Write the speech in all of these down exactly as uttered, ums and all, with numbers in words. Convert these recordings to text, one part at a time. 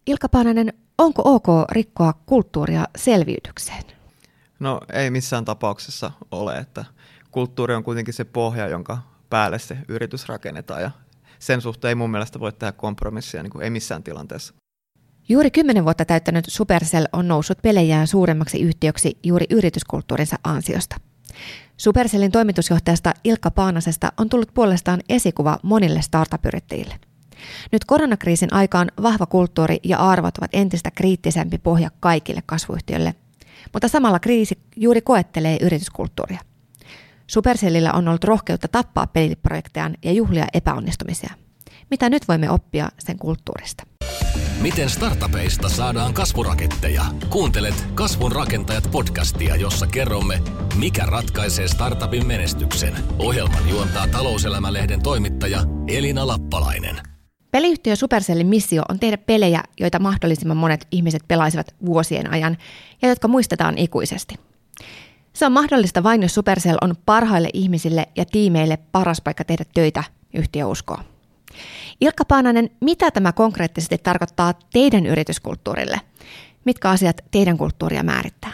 Ilkka Paananen, onko ok rikkoa kulttuuria selviytykseen? No ei missään tapauksessa ole, että kulttuuri on kuitenkin se pohja, jonka päälle se yritys rakennetaan ja sen suhteen ei mun mielestä voi tehdä kompromissia, niin kuin ei missään tilanteessa. Juuri kymmenen vuotta täyttänyt Supercell on noussut pelejään suuremmaksi yhtiöksi juuri yrityskulttuurinsa ansiosta. Supercellin toimitusjohtajasta Ilkka Paanasesta on tullut puolestaan esikuva monille startup-yrittäjille. Nyt koronakriisin aikaan vahva kulttuuri ja arvot ovat entistä kriittisempi pohja kaikille kasvuyhtiöille, mutta samalla kriisi juuri koettelee yrityskulttuuria. Supercellillä on ollut rohkeutta tappaa peliprojektejaan ja juhlia epäonnistumisia. Mitä nyt voimme oppia sen kulttuurista? Miten startupeista saadaan kasvuraketteja? Kuuntelet Kasvun rakentajat podcastia, jossa kerromme, mikä ratkaisee startupin menestyksen. Ohjelman juontaa Talouselämä-lehden toimittaja Elina Lappalainen. Peliyhtiö Supercellin missio on tehdä pelejä, joita mahdollisimman monet ihmiset pelaisivat vuosien ajan ja jotka muistetaan ikuisesti. Se on mahdollista vain, jos Supercell on parhaille ihmisille ja tiimeille paras paikka tehdä töitä, yhtiö uskoo. Ilkka Paananen, mitä tämä konkreettisesti tarkoittaa teidän yrityskulttuurille? Mitkä asiat teidän kulttuuria määrittää?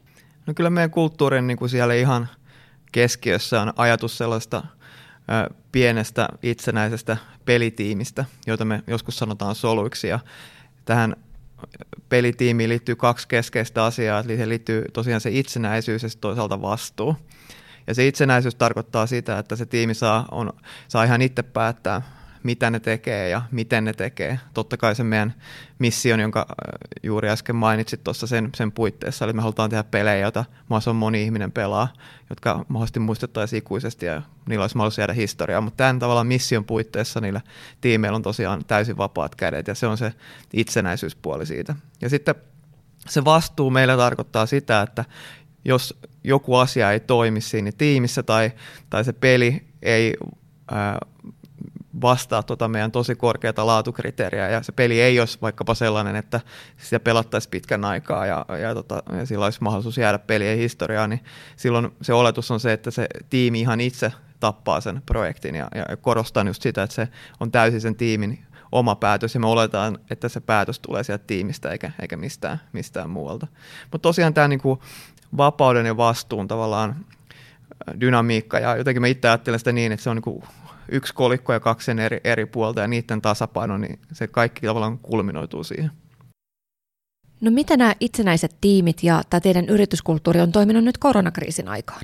No kyllä meidän kulttuurin niin kuin siellä ihan keskiössä on ajatus sellaista ö, pienestä itsenäisestä pelitiimistä, joita me joskus sanotaan soluiksi. Ja tähän pelitiimiin liittyy kaksi keskeistä asiaa, eli se liittyy tosiaan se itsenäisyys ja toisaalta vastuu. Ja se itsenäisyys tarkoittaa sitä, että se tiimi saa, on, saa ihan itse päättää, mitä ne tekee ja miten ne tekee. Totta kai se meidän mission, jonka juuri äsken mainitsit tuossa sen, sen puitteissa, eli me halutaan tehdä pelejä, joita mahdollisimman moni ihminen pelaa, jotka mahdollisesti muistettaisiin ikuisesti ja niillä olisi mahdollisuus jäädä historiaa. Mutta tämän tavallaan mission puitteissa niillä tiimeillä on tosiaan täysin vapaat kädet ja se on se itsenäisyyspuoli siitä. Ja sitten se vastuu meillä tarkoittaa sitä, että jos joku asia ei toimi siinä tiimissä tai, tai se peli ei ää, vastaa tuota meidän tosi korkeata laatukriteeriä ja se peli ei olisi vaikkapa sellainen, että sitä pelattaisiin pitkän aikaa ja, ja, tota, ja sillä olisi mahdollisuus jäädä pelien historiaan, niin silloin se oletus on se, että se tiimi ihan itse tappaa sen projektin ja, ja korostan just sitä, että se on täysin sen tiimin oma päätös ja me oletaan, että se päätös tulee sieltä tiimistä eikä, eikä mistään, mistään muualta. Mutta tosiaan tämä niinku vapauden ja vastuun tavallaan dynamiikka ja jotenkin mä itse ajattelen sitä niin, että se on niinku yksi kolikko ja kaksi sen eri, eri puolta ja niiden tasapaino, niin se kaikki tavallaan kulminoituu siihen. No mitä nämä itsenäiset tiimit ja tämä teidän yrityskulttuuri on toiminut nyt koronakriisin aikaan?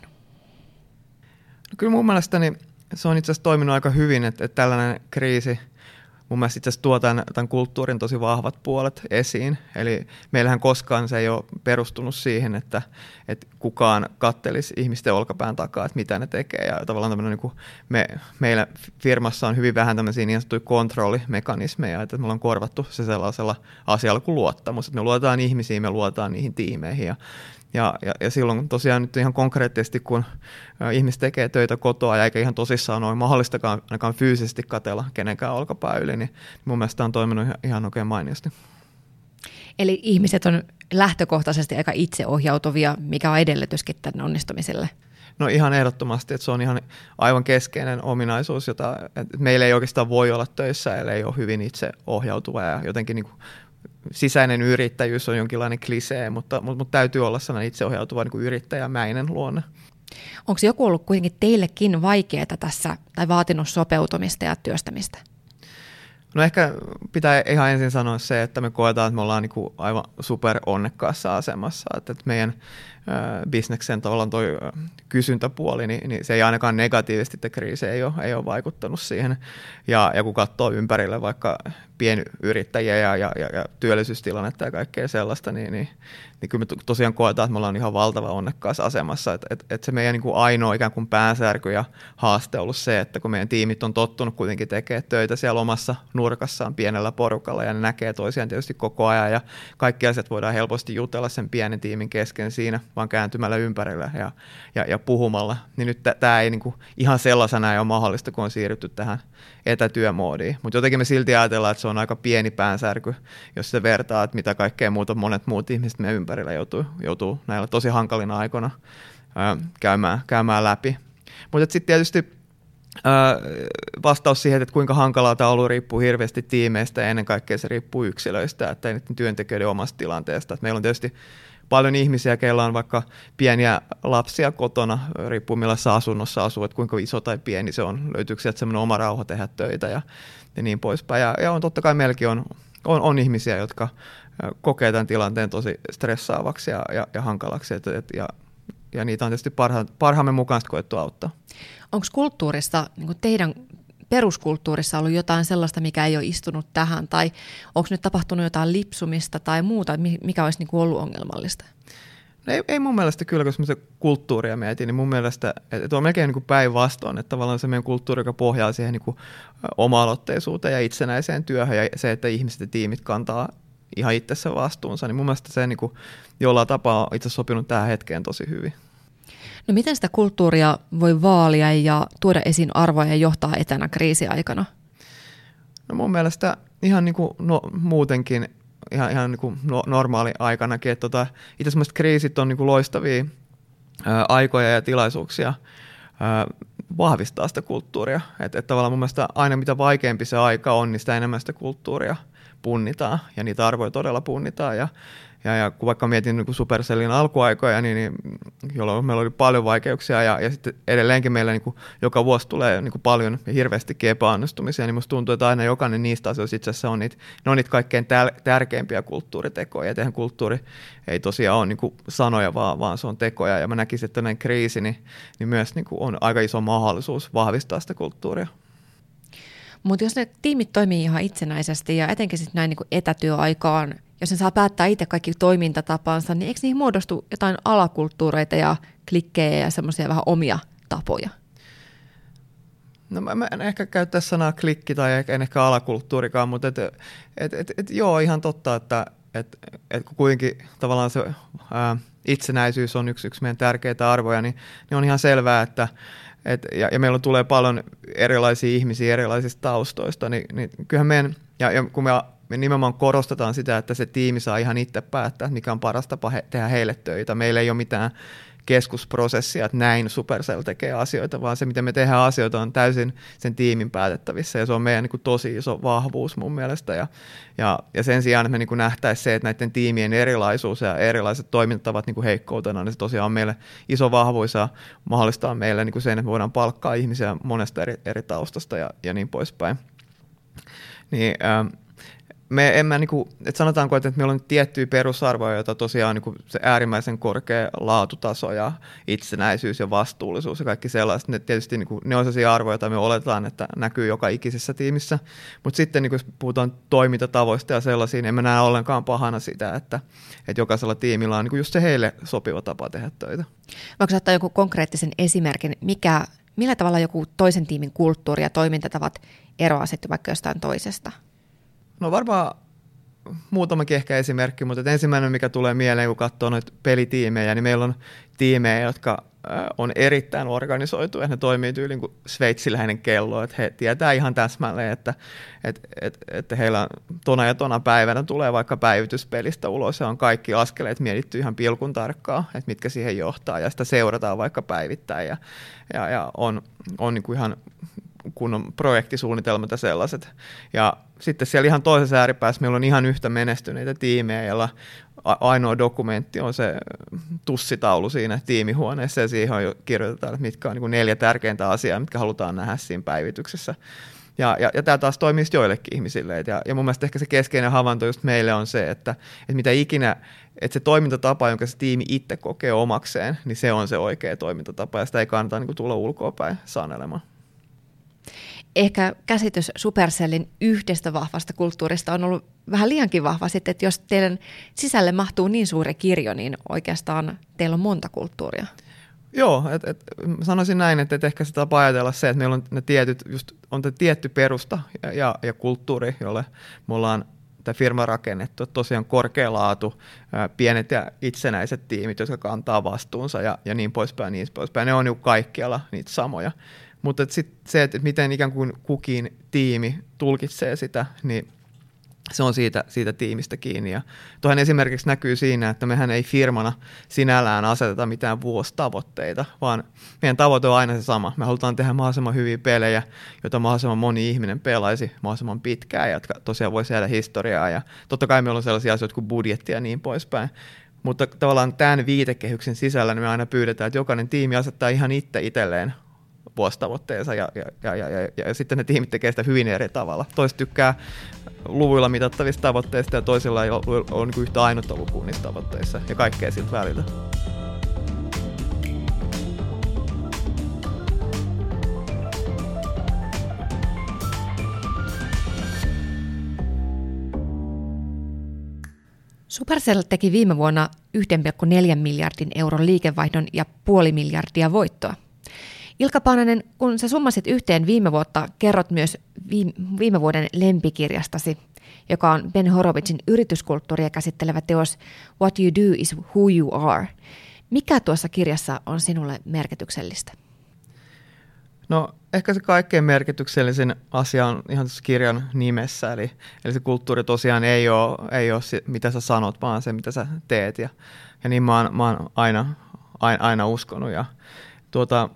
No kyllä mun mielestäni se on itse asiassa toiminut aika hyvin, että, että tällainen kriisi mun mielestä itse asiassa tuo tämän, tämän kulttuurin tosi vahvat puolet esiin. Eli meillähän koskaan se ei ole perustunut siihen, että, että kukaan kattelisi ihmisten olkapään takaa, että mitä ne tekee. Ja tavallaan tämmöinen, niin kuin me, meillä firmassa on hyvin vähän tämmöisiä niin sanottuja kontrollimekanismeja, että me ollaan korvattu se sellaisella asialla kuin luottamus. Että me luotaan ihmisiin, me luotaan niihin tiimeihin ja Ja, ja, ja silloin tosiaan nyt ihan konkreettisesti, kun ihmiset tekee töitä kotoa ja eikä ihan tosissaan ole mahdollistakaan ainakaan fyysisesti katsella kenenkään olkapää yli, niin mun mielestä on toiminut ihan, ihan oikein mainiosti. Eli ihmiset on lähtökohtaisesti aika itseohjautuvia, mikä on edellytyskin tämän onnistumiselle? No ihan ehdottomasti, että se on ihan aivan keskeinen ominaisuus, jota että meillä ei oikeastaan voi olla töissä, ellei ole hyvin itseohjautuva ja jotenkin niin kuin sisäinen yrittäjyys on jonkinlainen klisee, mutta, mutta, mutta täytyy olla sellainen itseohjautuva niin kuin yrittäjämäinen luonne. Onko joku ollut kuitenkin teillekin vaikeaa tässä tai vaatinut sopeutumista ja työstämistä? No ehkä pitää ihan ensin sanoa se, että me koetaan, että me ollaan niin kuin aivan super onnekkaassa asemassa, että meidän äh, bisneksen tavallaan toi äh, kysyntäpuoli, niin, niin se ei ainakaan negatiivisesti, että kriisi ei ole, ei ole vaikuttanut siihen. Ja, ja kun katsoo ympärille vaikka pienyrittäjiä ja, ja, ja, ja työllisyystilannetta ja kaikkea sellaista, niin, niin, niin kyllä me tosiaan koetaan, että me ollaan ihan valtavan onnekkaassa asemassa. Että et, et se meidän niin kuin ainoa ikään kuin päänsärky ja haaste on ollut se, että kun meidän tiimit on tottunut kuitenkin tekemään töitä siellä omassa nurkassaan pienellä porukalla ja ne näkee toisiaan tietysti koko ajan ja kaikki asiat voidaan helposti jutella sen pienen tiimin kesken siinä, vaan kääntymällä ympärillä ja, ja, ja puhumalla. Niin nyt tämä ei niin kuin ihan sellaisena ei ole mahdollista, kun on siirrytty tähän etätyömoodiin. Mutta jotenkin me silti ajatellaan, että se on aika pieni päänsärky, jos se vertaa, että mitä kaikkea muuta monet muut ihmiset meidän ympärillä joutuu, joutuu näillä tosi hankalina aikoina ää, käymään, käymään läpi. Mutta sitten tietysti vastaus siihen, että kuinka hankalaa tämä on ollut, riippuu hirveästi tiimeistä ja ennen kaikkea se riippuu yksilöistä, että ei työntekijöiden omasta tilanteesta. Että meillä on tietysti paljon ihmisiä, keillä on vaikka pieniä lapsia kotona, riippuu millaisessa asunnossa asuu, että kuinka iso tai pieni se on, löytyykö sieltä semmoinen oma rauha tehdä töitä ja, ja niin poispäin. Ja, ja on, totta kai meilläkin on, on, on ihmisiä, jotka kokee tämän tilanteen tosi stressaavaksi ja, ja, ja hankalaksi, et, et, ja, ja niitä on tietysti parha, parhaamme mukaan koettu auttaa. Onko kulttuurissa, niin kuin teidän peruskulttuurissa ollut jotain sellaista, mikä ei ole istunut tähän, tai onko nyt tapahtunut jotain lipsumista tai muuta, mikä olisi niin kuin ollut ongelmallista? No ei, ei mun mielestä kyllä, kun me kulttuuria mietin, niin mun mielestä että on melkein niin päinvastoin, että tavallaan se meidän kulttuuri, joka pohjaa siihen niin kuin oma-aloitteisuuteen ja itsenäiseen työhön ja se, että ihmiset ja tiimit kantaa ihan itsessä vastuunsa, niin mun mielestä se niin kuin jollain tapaa on itse sopinut tähän hetkeen tosi hyvin. No miten sitä kulttuuria voi vaalia ja tuoda esiin arvoja ja johtaa etänä kriisiaikana? No mun mielestä ihan niin kuin no, muutenkin, ihan, ihan niin kuin no, normaali aikanakin, että tota, itse asiassa kriisit on niin kuin loistavia ää, aikoja ja tilaisuuksia ää, vahvistaa sitä kulttuuria. Että et tavallaan mun mielestä aina mitä vaikeampi se aika on, niin sitä enemmän sitä kulttuuria punnitaan ja niitä arvoja todella punnitaan. Ja, ja, ja kun vaikka mietin niin kuin Supercellin alkuaikoja, niin, niin jolloin meillä oli paljon vaikeuksia ja, ja sitten edelleenkin meillä niin kuin joka vuosi tulee niin kuin paljon ja hirveästikin epäonnistumisia, niin musta tuntuu, että aina jokainen niistä asioista itse asiassa on niitä, ne on niitä kaikkein täl- tärkeimpiä kulttuuritekoja. Ja tehän kulttuuri ei tosiaan ole niin kuin sanoja, vaan, vaan se on tekoja. Ja mä näkisin, että näin kriisi niin, niin myös niin kuin on aika iso mahdollisuus vahvistaa sitä kulttuuria. Mutta jos ne tiimit toimii ihan itsenäisesti ja etenkin sitten näin niin kuin etätyöaikaan, jos ne saa päättää itse kaikki toimintatapansa, niin eikö niihin muodostu jotain alakulttuureita ja klikkejä ja semmoisia vähän omia tapoja? No mä en ehkä käyttäisi sanaa klikki tai en ehkä alakulttuurikaan, mutta et, et, et, et, joo, ihan totta, että et, et kun kuitenkin tavallaan se ää, itsenäisyys on yksi, yksi meidän tärkeitä arvoja, niin, niin on ihan selvää, että et, ja, ja meillä tulee paljon erilaisia ihmisiä erilaisista taustoista, niin, niin kyllähän meidän, ja, ja kun me Me nimenomaan korostetaan sitä, että se tiimi saa ihan itse päättää, mikä on paras tapa he, tehdä heille töitä. Meillä ei ole mitään keskusprosessia, että näin Supercell tekee asioita, vaan se, miten me tehdään asioita, on täysin sen tiimin päätettävissä. Ja se on meidän niin kuin tosi iso vahvuus mun mielestä. Ja, ja, ja sen sijaan, että me niin kuin nähtäisiin se, että näiden tiimien erilaisuus ja erilaiset toimintatavat niin kuin heikkoutena, niin se tosiaan on meille iso vahvuus ja mahdollistaa meille niin kuin sen, että me voidaan palkkaa ihmisiä monesta eri, eri taustasta ja, ja niin poispäin. Niin, ähm, Me emme, niin kuin, että sanotaanko, että meillä on tiettyjä perusarvoja, joita tosiaan niin kuin se äärimmäisen korkea laatutaso ja itsenäisyys ja vastuullisuus ja kaikki sellaiset. Ne tietysti niin kuin, ne on sellaisia arvoja, joita me oletetaan, että näkyy joka ikisessä tiimissä. Mutta sitten niin kuin, jos puhutaan toimintatavoista ja sellaisia, niin emme näe ollenkaan pahana sitä, että, että jokaisella tiimillä on niin kuin just se heille sopiva tapa tehdä töitä. Voiko ottaa joku konkreettisen esimerkin, mikä, millä tavalla joku toisen tiimin kulttuuri ja toimintatavat eroaa sitten vaikka jostain toisesta? No varmaan muutamakin ehkä esimerkki, mutta ensimmäinen, mikä tulee mieleen, kun katsoo noita pelitiimejä, niin meillä on tiimejä, jotka on erittäin organisoituja. Ne toimii tyyliin kuin sveitsiläinen kello, että he tietää ihan täsmälleen, että, että, että, että heillä tona ja tona päivänä tulee vaikka päivityspelistä ulos ja on kaikki askeleet mietitty ihan pilkun tarkkaan, että mitkä siihen johtaa ja sitä seurataan vaikka päivittäin ja, ja, ja on, on niin kuin ihan kunnon projektisuunnitelmat ja sellaiset. Ja sitten siellä ihan toisessa ääripäässä meillä on ihan yhtä menestyneitä tiimejä, joilla ainoa dokumentti on se tussitaulu siinä tiimihuoneessa ja siihen kirjoitetaan, että mitkä on niin kuin neljä tärkeintä asiaa, mitkä halutaan nähdä siinä päivityksessä. Ja, ja, ja tämä taas toimii joillekin ihmisille. Ja, ja mun mielestä ehkä se keskeinen havainto just meille on se, että, että mitä ikinä, että se toimintatapa, jonka se tiimi itse kokee omakseen, niin se on se oikea toimintatapa ja sitä ei kannata niin kuin tulla ulkoapäin sanelemaan. Ehkä käsitys Supercellin yhdestä vahvasta kulttuurista on ollut vähän liiankin vahva sitten, että jos teidän sisälle mahtuu niin suuri kirjo, niin oikeastaan teillä on monta kulttuuria. Joo, et, et, sanoisin näin, että et ehkä se tapa ajatella se, että meillä on ne tietyt, just on te tietty perusta ja, ja, ja kulttuuri, jolle me ollaan tämä firma rakennettu, että tosiaan korkea laatu, ää, pienet ja itsenäiset tiimit, jotka kantaa vastuunsa ja, ja niin poispäin, niin poispäin. Ne on niin kaikkialla niitä samoja. Mutta sitten se, että miten ikään kuin kukin tiimi tulkitsee sitä, niin se on siitä, siitä tiimistä kiinni. Ja tuohan esimerkiksi näkyy siinä, että mehän ei firmana sinällään aseteta mitään vuositavoitteita, vaan meidän tavoite on aina se sama. Me halutaan tehdä mahdollisimman hyviä pelejä, joita mahdollisimman moni ihminen pelaisi mahdollisimman pitkään, jotka tosiaan voisi jäädä historiaa. Ja totta kai meillä on sellaisia asioita kuin budjetti ja niin poispäin. Mutta tavallaan tämän viitekehyksen sisällä niin me aina pyydetään, että jokainen tiimi asettaa ihan itse itselleen vuositavoitteensa ja, ja, ja, ja, ja, ja sitten ne tiimit tekee sitä hyvin eri tavalla. Toiset tykkää luvuilla mitattavista tavoitteista ja toisilla ei ole, ole niin yhtä ainutta lukua niissä tavoitteissa ja kaikkea siltä väliltä. Supercell teki viime vuonna yksi pilkku neljä miljardin euron liikevaihdon ja puoli miljardia voittoa. Ilkka Paananen, kun sä summasit yhteen viime vuotta, kerrot myös viime vuoden lempikirjastasi, joka on Ben Horowitzin yrityskulttuuria käsittelevä teos What You Do is Who You Are. Mikä tuossa kirjassa on sinulle merkityksellistä? No ehkä se kaikkein merkityksellisin asia on ihan tässä kirjan nimessä, eli, eli se kulttuuri tosiaan ei ole, ei ole se, mitä sä sanot, vaan se, mitä sä teet. Ja, ja niin mä oon, mä oon aina, aina, aina uskonut. Ja, tuota,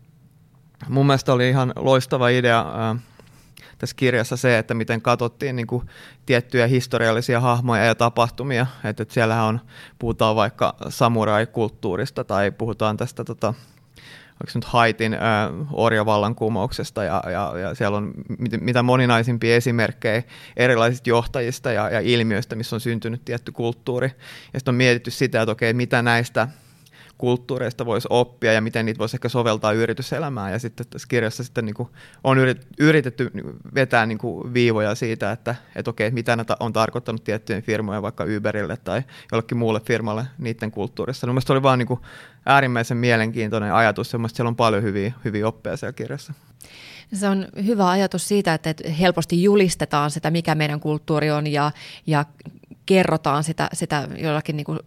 mun mielestä oli ihan loistava idea ää, tässä kirjassa se, että miten katsottiin niin kuin tiettyjä historiallisia hahmoja ja tapahtumia. Että, että siellähän on, puhutaan vaikka samurai-kulttuurista tai puhutaan tästä tota, oliko se nyt Haitin äh, orjavallankumouksesta ja, ja, ja siellä on mit, mitä moninaisimpia esimerkkejä erilaisista johtajista ja, ja ilmiöistä, missä on syntynyt tietty kulttuuri. Ja sitten on mietitty sitä, että okei, mitä näistä kulttuureista voisi oppia ja miten niitä voisi ehkä soveltaa yrityselämään. Ja sitten tässä kirjassa sitten niin kuin on yritetty vetää niin kuin viivoja siitä, että, että okei, mitä näitä on tarkoittanut tiettyjen firmojen, vaikka Uberille tai jollekin muulle firmalle niiden kulttuurissa. Mielestäni se oli vaan niin kuin äärimmäisen mielenkiintoinen ajatus. Mielestäni siellä on paljon hyviä, hyviä oppeja siellä kirjassa. Se on hyvä ajatus siitä, että helposti julistetaan sitä, mikä meidän kulttuuri on ja, ja kerrotaan sitä, sitä jollakin niin kuin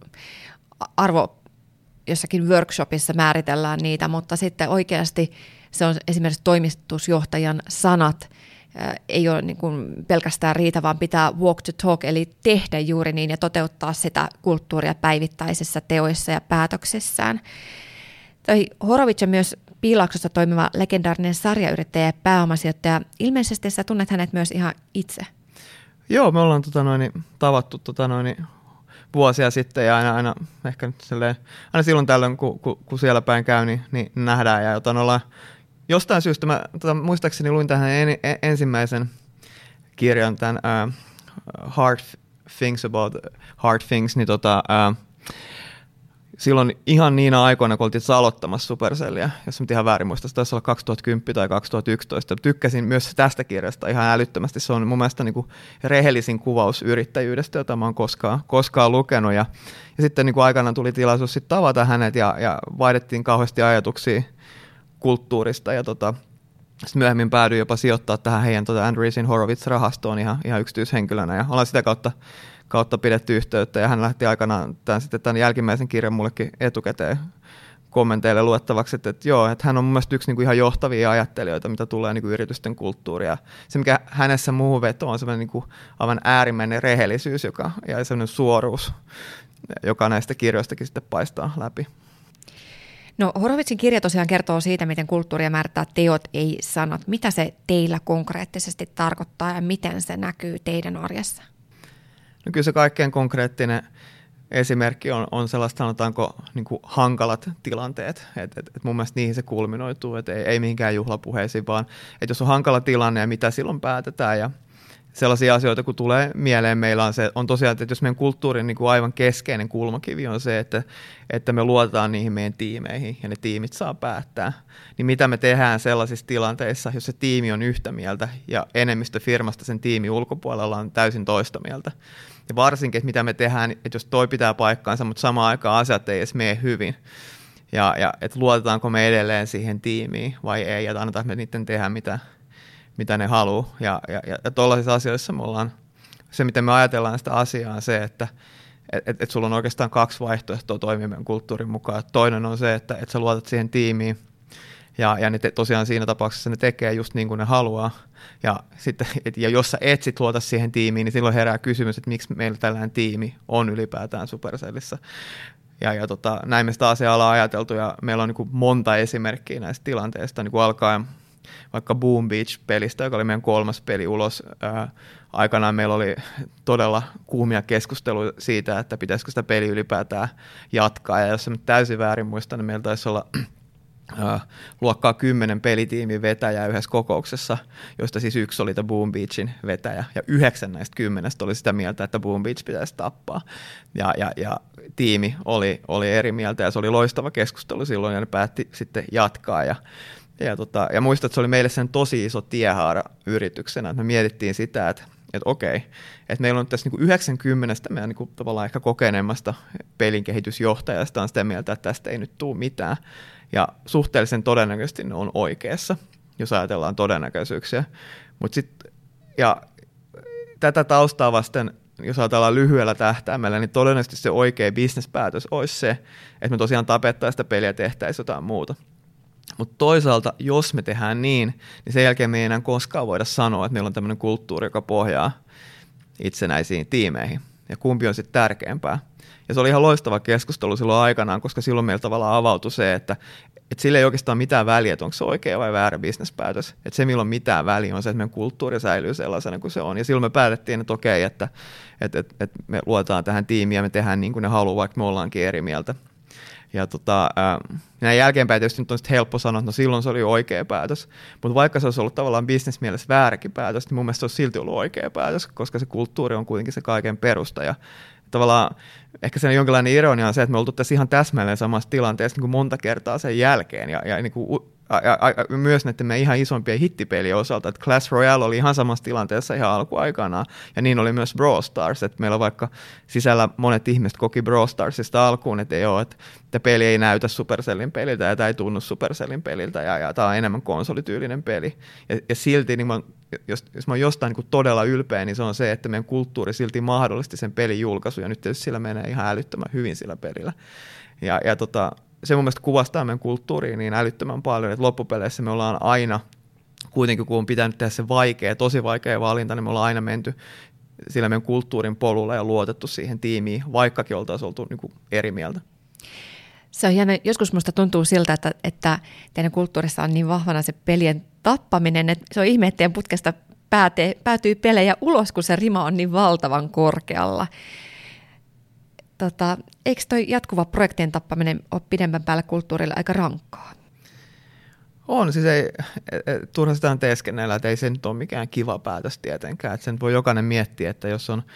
arvo jossakin workshopissa määritellään niitä, mutta sitten oikeasti se on esimerkiksi toimitusjohtajan sanat, ää, ei ole niin kuin pelkästään riitä, vaan pitää walk to talk, eli tehdä juuri niin ja toteuttaa sitä kulttuuria päivittäisissä teoissa ja päätöksissään. Toi Horowitz on myös Piilaaksossa toimiva legendaarinen sarjayrittäjä ja pääomasijoittaja. Ilmeisesti sä tunnet hänet myös ihan itse. Joo, me ollaan tota noin, tavattu tota noin, vuosia sitten ja aina, aina, ehkä nyt silleen, aina silloin tällöin, kun, kun, kun siellä päin käy, niin, niin nähdään. Ja jotain ollaan, jostain syystä, mä tota, muistaakseni luin tähän en, en, ensimmäisen kirjan, tämän uh, Hard Things About Hard Things, niin tota, uh, silloin ihan niinä aikoina, kun oltiin aloittamassa Supercellia, jos nyt ihan väärin muista, se taisi olla kaksituhattakymmenen tai kaksituhattayksitoista. Tykkäsin myös tästä kirjasta ihan älyttömästi. Se on mun mielestä niin kuin rehellisin kuvaus yrittäjyydestä, jota mä oon koskaan, koskaan lukenut. Ja, ja sitten niin kuin aikanaan tuli tilaisuus sit tavata hänet ja, ja vaihdettiin kauheasti ajatuksia kulttuurista. Ja tota, sitten myöhemmin päädyin jopa sijoittaa tähän heidän tota Andreessen Horowitz-rahastoon ihan, ihan yksityishenkilönä. Ja ollaan sitä kautta kautta pidetty yhteyttä, ja hän lähti aikanaan tämän, sitten tämän jälkimmäisen kirjan mullekin etukäteen kommenteille luettavaksi, että, että joo, että hän on mun mielestä yksi niin kuin ihan johtavia ajattelijoita, mitä tulee niin kuin yritysten kulttuuria. Se, mikä hänessä muuhun vetoo, on semmoinen niin kuin aivan äärimmäinen rehellisyys joka, ja semmoinen suoruus, joka näistä kirjoistakin sitten paistaa läpi. No Horowitzin kirja tosiaan kertoo siitä, miten kulttuuria määrittää teot, ei sanat. Mitä se teillä konkreettisesti tarkoittaa ja miten se näkyy teidän arjessa? No kyllä se kaikkein konkreettinen esimerkki on, on sellaista, sanotaanko, niin kuin hankalat tilanteet. Et, et, et mun mielestä niihin se kulminoituu, että ei, ei mihinkään juhlapuheisiin, vaan että jos on hankala tilanne ja mitä silloin päätetään ja sellaisia asioita, kun tulee mieleen, meillä on se, on tosiaan, että jos meidän kulttuurin niin kuin aivan keskeinen kulmakivi on se, että, että me luotetaan niihin meidän tiimeihin ja ne tiimit saa päättää, niin mitä me tehdään sellaisissa tilanteissa, jos se tiimi on yhtä mieltä ja enemmistö firmasta sen tiimi ulkopuolella on täysin toista mieltä. Ja varsinkin, että mitä me tehdään, että jos toi pitää paikkaansa, mutta samaan aikaan asiat ei edes mene hyvin. Ja, ja että luotetaanko me edelleen siihen tiimiin vai ei, ja annetaan me niiden tehdä mitä, mitä ne haluaa. Ja, ja, ja tuollaisissa asioissa me ollaan, se miten me ajatellaan sitä asiaa on se, että et, et, et sulla on oikeastaan kaksi vaihtoehtoa toimia meidän kulttuurin mukaan. Et toinen on se, että et sä luotat siihen tiimiin, Ja, ja ne te, tosiaan siinä tapauksessa ne tekee just niin kuin ne haluaa. Ja, sitten, et, ja jos sä et sit luota siihen tiimiin, niin silloin herää kysymys, että miksi meillä tällainen tiimi on ylipäätään Supercellissä. Ja, ja tota, näin me sitä asiaa ollaan ajateltu, ja meillä on niin kuin monta esimerkkiä näistä tilanteista, niin kuin alkaen vaikka Boom Beach-pelistä, joka oli meidän kolmas peli ulos. Ää, aikanaan meillä oli todella kuumia keskusteluja siitä, että pitäisikö sitä peliä ylipäätään jatkaa. Ja jos en täysin väärin muista, niin meillä taisi olla ää, luokkaa kymmenen pelitiimin vetäjää yhdessä kokouksessa, joista siis yksi oli tämä Boom Beachin vetäjä. Ja yhdeksän näistä kymmenestä oli sitä mieltä, että Boom Beach pitäisi tappaa. Ja, ja, ja tiimi oli, oli eri mieltä, ja se oli loistava keskustelu silloin, ja ne päätti sitten jatkaa. Ja Ja, tota, ja muistan, että se oli meille sen tosi iso tiehaara yrityksenä, että me mietittiin sitä, että, että okei, että meillä on tässä niin kuin yhdeksänkymmentä meidän niin kuin tavallaan ehkä kokeneemmasta pelinkehitysjohtajasta on sitä mieltä, että tästä ei nyt tule mitään, ja suhteellisen todennäköisesti ne on oikeassa, jos ajatellaan todennäköisyyksiä. Mut sit, ja tätä taustaa vasten, jos ajatellaan lyhyellä tähtäimellä, niin todennäköisesti se oikea bisnespäätös olisi se, että me tosiaan tapettaisiin sitä peliä ja tehtäisiin jotain muuta. Mutta toisaalta, jos me tehdään niin, niin sen jälkeen me ei enää koskaan voida sanoa, että meillä on tämmöinen kulttuuri, joka pohjaa itsenäisiin tiimeihin. Ja kumpi on sitten tärkeämpää. Ja se oli ihan loistava keskustelu silloin aikanaan, koska silloin meillä tavallaan avautui se, että, että sillä ei oikeastaan mitään väliä, että onko se oikea vai väärä bisnespäätös. Että se, milloin mitään väliä, on se, että meidän kulttuuri säilyy sellaisena kuin se on. Ja silloin me päätettiin, että okei, että, että, että, että me luotaan tähän tiimiin ja me tehdään niin kuin ne haluaa, vaikka me ollaankin eri mieltä. Ja tota, äh, näin jälkeenpäin tietysti nyt on helppo sanoa, että no silloin se oli oikea päätös, mutta vaikka se olisi ollut tavallaan bisnesmielessä vääräkin päätös, niin mun mielestä se olisi silti ollut oikea päätös, koska se kulttuuri on kuitenkin se kaiken perusta. Ja tavallaan ehkä se jonkinlainen ironia on se, että me oltu tässä ihan täsmälleen samassa tilanteessa niin kuin monta kertaa sen jälkeen, ja, ja niin kuin, a, a, a, myös näiden meidän ihan isompien hittipelien osalta, että Clash Royale oli ihan samassa tilanteessa ihan alkuaikanaan, ja niin oli myös Brawl Stars, että meillä vaikka sisällä monet ihmiset koki Brawl Starsista alkuun, että ei ole, että tämä peli ei näytä Supercellin peliltä, ja tämä ei tunnu Supercellin peliltä, ja, ja tämä on enemmän konsolityylinen peli, ja, ja silti niin mä, jos, jos mä oon jostain niin todella ylpeä, niin se on se, että meidän kulttuuri silti mahdollisti sen pelin julkaisu, ja nyt tietysti sillä menee ihan älyttömän hyvin sillä pelillä. Ja, ja tota, se mun mielestä kuvastaa meidän kulttuuriin niin älyttömän paljon, että loppupeleissä me ollaan aina, kuitenkin kun on pitänyt tehdä se vaikea, tosi vaikea valinta, niin me ollaan aina menty sillä meidän kulttuurin polulla ja luotettu siihen tiimiin, vaikkakin oltaisiin oltu niin kuin eri mieltä. Se on hieno. Joskus musta tuntuu siltä, että, että teidän kulttuurissa on niin vahvana se pelien tappaminen, että se on ihme, että teidän putkesta päätee, päätyy pelejä ulos, kun se rima on niin valtavan korkealla. Tota, eikö toi jatkuva projektien tappaminen ole pidemmän päällä kulttuurille aika rankkaa? On, siis ei, turha sitä on teeskennellä, että ei se nyt ole mikään kiva päätös tietenkään. Että sen voi jokainen miettiä, että jos on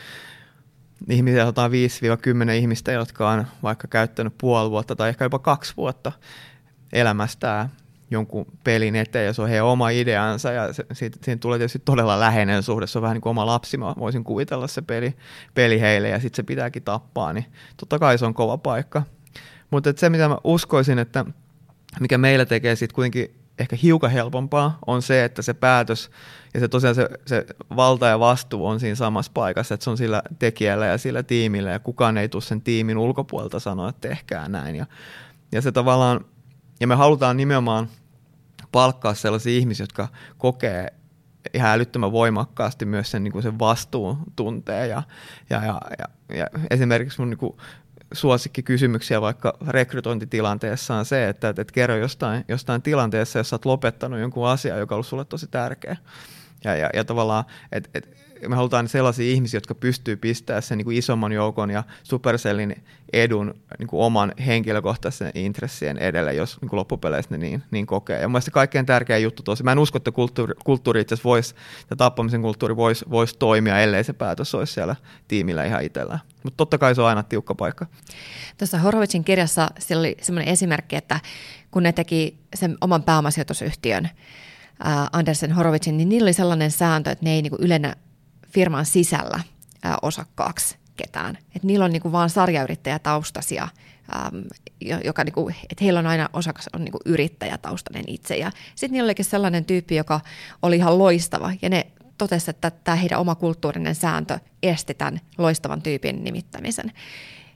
ihmisiä, otetaan viisi kymmenen ihmistä, jotka on vaikka käyttänyt puoli vuotta tai ehkä jopa kaksi vuotta elämästään jonkun pelin eteen, ja se on heidän oma ideansa, ja se, siitä, siitä tulee tietysti todella läheinen suhde, se on vähän niin kuin oma lapsi, mä voisin kuvitella se peli, peli heille, ja sitten se pitääkin tappaa, niin totta kai se on kova paikka. Mutta se, mitä mä uskoisin, että mikä meillä tekee siitä kuitenkin ehkä hiukan helpompaa, on se, että se päätös ja se tosiaan se, se valta ja vastuu on siinä samassa paikassa, että se on sillä tekijällä ja sillä tiimillä, ja kukaan ei tule sen tiimin ulkopuolelta sanoa, että tehkää näin. Ja, ja se tavallaan, ja me halutaan nimenomaan palkkaa sellaisia ihmisiä, jotka kokee ihan älyttömän voimakkaasti myös sen, niin kuin sen vastuun tuntee. Ja, ja, ja, ja, ja esimerkiksi mun niin kuin suosikkikysymyksiä vaikka rekrytointitilanteessa on se, että, että, että kerro jostain, jostain tilanteessa, jos sä oot lopettanut jonkun asian, joka on ollut sulle tosi tärkeä. Ja, ja, ja tavallaan, että et, me halutaan sellaisia ihmisiä, jotka pystyy pistämään sen niin kuin isomman joukon ja Supercellin edun niin kuin oman henkilökohtaisen intressien edelle, jos niin kuin loppupeleissä ne niin, niin kokee. Ja mielestäni kaikkein tärkein juttu tosi. Mä en usko, että kulttuuri, kulttuuri itse asiassa voisi, ja tappamisen kulttuuri voisi, voisi toimia, ellei se päätös olisi siellä tiimillä ihan itsellään. Mutta totta kai se on aina tiukka paikka. Tuossa Horovicin kirjassa siellä oli semmoinen esimerkki, että kun ne teki sen oman pääomasijoitusyhtiön, äh, Andreessen Horovicin, niin niillä oli sellainen sääntö, että ne ei niinku ylennä firman sisällä äh, osakkaaksi ketään. Että niillä on niinku vaan sarjayrittäjätaustaisia, ähm, joka niinku, että heillä on aina osakas on niinku yrittäjätaustainen itse. Ja sitten niillä olikin sellainen tyyppi, joka oli ihan loistava, ja ne totesi, että tämä heidän oma kulttuurinen sääntö esti tämän loistavan tyypin nimittämisen.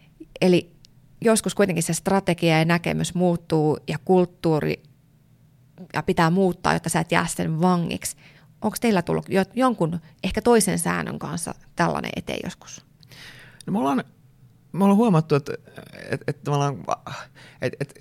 Eli joskus kuitenkin se strategia ja näkemys muuttuu, ja kulttuuri ja pitää muuttaa, jotta sä et jää sen vangiksi. Onko teillä tullut jonkun ehkä toisen säännön kanssa tällainen eteen joskus? No me ollaan, me ollaan huomattu, että, että, että, että, että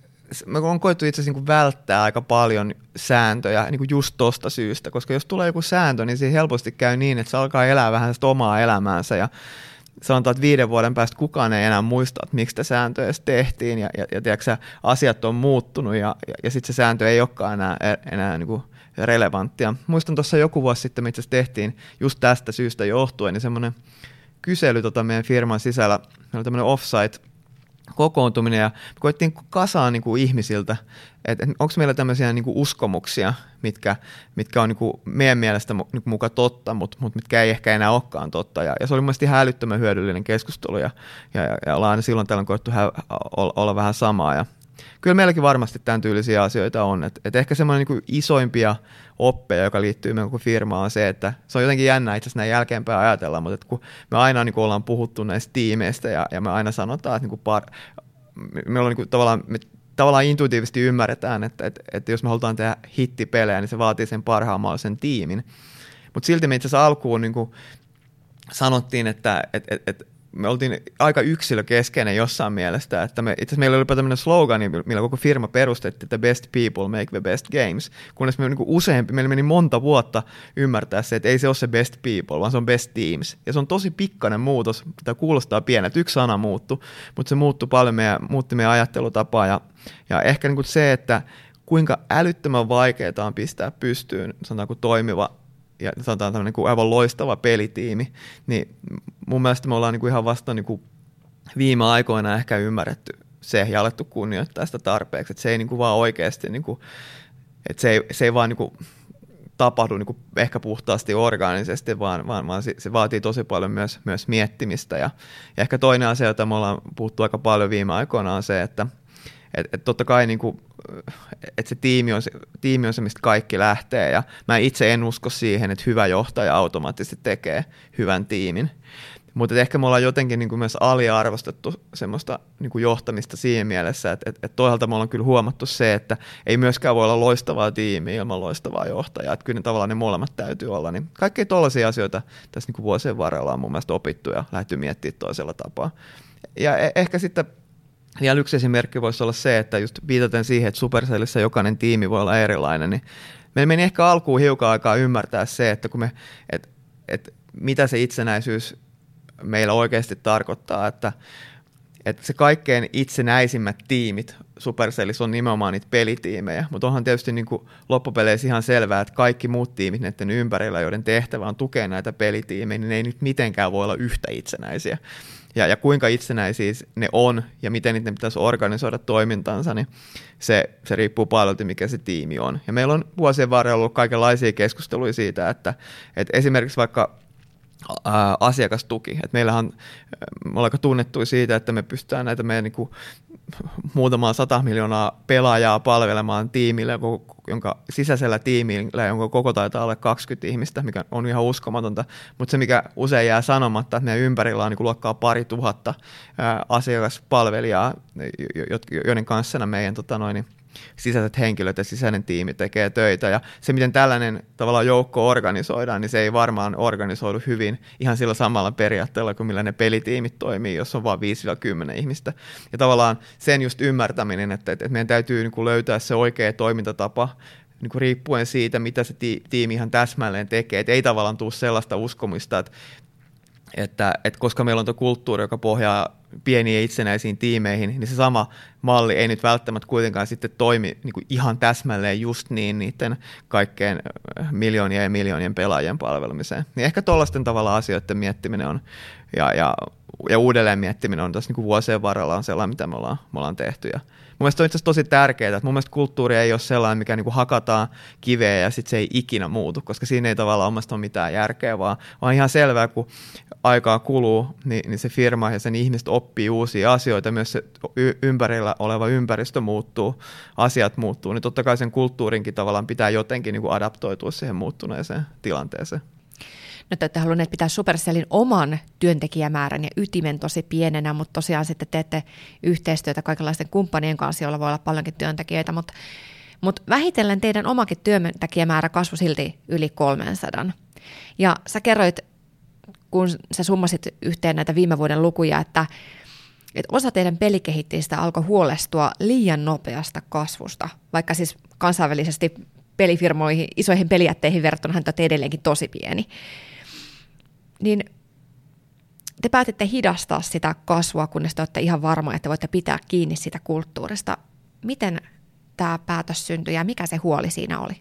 me on koettu itse asiassa niin välttää aika paljon sääntöjä niin just tosta syystä, koska jos tulee joku sääntö, niin siinä helposti käy niin, että se alkaa elää vähän sitä omaa elämäänsä ja sanotaan, että viiden vuoden päästä kukaan ei enää muista, että miksi sitä sääntöä edes tehtiin ja, ja, ja tiedätkö, asiat on muuttunut ja, ja, ja sitten se sääntö ei olekaan enää, enää niin kuin relevanttia. Muistan tuossa joku vuosi sitten, me itse asiassa tehtiin just tästä syystä johtuen, niin semmoinen kysely tota meidän firman sisällä, meillä oli tämmöinen offsite kokoontuminen ja me koettiin kasaan niin kuin ihmisiltä, että et onko meillä tämmöisiä niin kuin uskomuksia, mitkä, mitkä on niin kuin meidän mielestä niin muka totta, mutta mut mitkä ei ehkä enää olekaan totta. Ja, ja se oli mielestäni ihan älyttömän hyödyllinen keskustelu ja, ja, ja, ja ollaan aina silloin tällöin koettu hä, olla, olla vähän samaa. Ja kyllä meilläkin varmasti tämän tyylisiä asioita on. Et, et ehkä semmoinen niin kuin isoimpia oppeja, joka liittyy meidän koko firmaan, on se, että se on jotenkin jännä itse asiassa näin jälkeenpäin ajatella, mutta että kun me aina niin kuin ollaan puhuttu näistä tiimeistä ja, ja me aina sanotaan, että niin kuin par, meillä on niin kuin tavallaan, me tavallaan intuitiivisesti ymmärretään, että, että, että jos me halutaan tehdä hittipelejä, niin se vaatii sen parhaan mahdollisen tiimin. Mutta silti me itse asiassa alkuun niin kuin sanottiin, että, että, että, että me oltiin aika yksilökeskeinen jossain mielestä, että me, itse asiassa meillä oli jopa tämmöinen slogan, millä koko firma perustettiin, että best people make the best games, kunnes me niin kuin useampi, meillä meni monta vuotta ymmärtää se, että ei se ole se best people, vaan se on best teams. Ja se on tosi pikkainen muutos, tämä kuulostaa pieneltä, yksi sana muuttui, mutta se muuttui paljon, meidän, muutti meidän ajattelutapaa ja, ja ehkä niin kuin se, että kuinka älyttömän vaikeaa on pistää pystyyn, sanotaanko toimiva ja sanotaan tämmöinen niin aivan loistava pelitiimi, niin mun mielestä me ollaan niin kuin ihan vasta niin kuin viime aikoina ehkä ymmärretty se ja alettu kunnioittaa sitä tarpeeksi, että se ei niin kuin vaan oikeasti, niin kuin, että se ei, se ei vaan niin kuin tapahdu niin kuin ehkä puhtaasti orgaanisesti, vaan, vaan, vaan se vaatii tosi paljon myös, myös miettimistä. Ja, ja ehkä toinen asia, jota me ollaan puhuttu aika paljon viime aikoina, on se, että et, et totta kai niin kuin, että se tiimi on se, tiimi on se, mistä kaikki lähtee, ja mä itse en usko siihen, että hyvä johtaja automaattisesti tekee hyvän tiimin. Mutta ehkä me ollaan jotenkin niin kuin myös aliarvostettu semmoista niin kuin johtamista siinä mielessä, että et, et toisaalta me ollaan kyllä huomattu se, että ei myöskään voi olla loistavaa tiimiä ilman loistavaa johtajaa, että kyllä ne tavallaan ne molemmat täytyy olla. Niin kaikkia tollaisia asioita tässä niin kuin vuosien varrella on mun mielestä opittu ja lähdetty miettimään toisella tapaa. Ja e- ehkä sitten vielä yksi esimerkki voisi olla se, että just viitaten siihen, että Supercellissä jokainen tiimi voi olla erilainen, niin meillä meni ehkä alkuun hiukan aikaa ymmärtää se, että kun me, et, et mitä se itsenäisyys meillä oikeasti tarkoittaa, että, että se kaikkein itsenäisimmät tiimit Supercellissä on nimenomaan niitä pelitiimejä, mutta onhan tietysti niin kuin loppupeleissä ihan selvää, että kaikki muut tiimit näiden ympärillä, joiden tehtävä on tukea näitä pelitiimejä, niin ne ei nyt mitenkään voi olla yhtä itsenäisiä. Ja, ja kuinka itsenäisiä ne on ja miten niiden pitäisi organisoida toimintansa, niin se, se riippuu paljon, mikä se tiimi on. Ja meillä on vuosien varrella ollut kaikenlaisia keskusteluja siitä, että, että esimerkiksi vaikka ää, asiakastuki, että meillähän me ollaan aika tunnettuja siitä, että me pystytään näitä meidän niin kuin muutamaa sata miljoonaa pelaajaa palvelemaan tiimille, jonka sisäisellä tiimillä, jonka koko taitaa olla kaksikymmentä ihmistä, mikä on ihan uskomatonta, mutta se, mikä usein jää sanomatta, että meidän ympärillä on niin kuin luokkaa pari tuhatta ää, asiakaspalvelijaa, joiden kanssa meidän tota noin, sisäiset henkilöt ja sisäinen tiimi tekee töitä, ja se, miten tällainen tavallaan joukko organisoidaan, niin se ei varmaan organisoidu hyvin ihan sillä samalla periaatteella kuin millä ne pelitiimit toimii, jos on vain viisi kymmenen ihmistä. Ja tavallaan sen just ymmärtäminen, että, että meidän täytyy niin kuin löytää se oikea toimintatapa, niin kuin riippuen siitä, mitä se ti- tiimi ihan täsmälleen tekee. Et ei tavallaan tule sellaista uskomista, että Että, että koska meillä on tuo kulttuuri, joka pohjaa pieniin itsenäisiin tiimeihin, niin se sama malli ei nyt välttämättä kuitenkaan sitten toimi niin kuin ihan täsmälleen just niin niiden kaikkeen miljoonien ja miljoonien pelaajien palvelemiseen. Niin ehkä tuollaisten tavalla asioiden miettiminen on, ja, ja, ja uudelleen miettiminen on tässä niin kuin vuosien varrella on sellainen, mitä me ollaan, me ollaan tehty. Ja mun mielestä on itse asiassa tosi tärkeää, että mun mielestä kulttuuri ei ole sellainen, mikä niin kuin hakataan kiveä ja sitten se ei ikinä muutu, koska siinä ei tavallaan omasta ole mitään järkeä, vaan on ihan selvää, kun aikaa kuluu, niin, niin se firma ja sen ihmiset oppii uusia asioita, myös se y- ympärillä oleva ympäristö muuttuu, asiat muuttuu, niin totta kai sen kulttuurinkin tavallaan pitää jotenkin niin kuin adaptoitua siihen muuttuneeseen tilanteeseen. No te olette halunneet pitää Supercellin oman työntekijämäärän ja ytimen tosi pienenä, mutta tosiaan sitten teette yhteistyötä kaikenlaisten kumppanien kanssa, joilla voi olla paljonkin työntekijöitä, mutta Mutta vähitellen teidän omakin työntekijämäärä kasvoi silti yli kolmesataa. Ja sä kerroit, kun sä summasit yhteen näitä viime vuoden lukuja, että, että osa teidän pelikehittäjistä alkoi huolestua liian nopeasta kasvusta, vaikka siis kansainvälisesti pelifirmoihin, isoihin pelijätteihin verrattuna hän on edelleenkin tosi pieni. Niin te päätitte hidastaa sitä kasvua, kunnes te olette ihan varmoja, että voitte pitää kiinni siitä kulttuurista. Miten tämä päätös syntyi ja mikä se huoli siinä oli?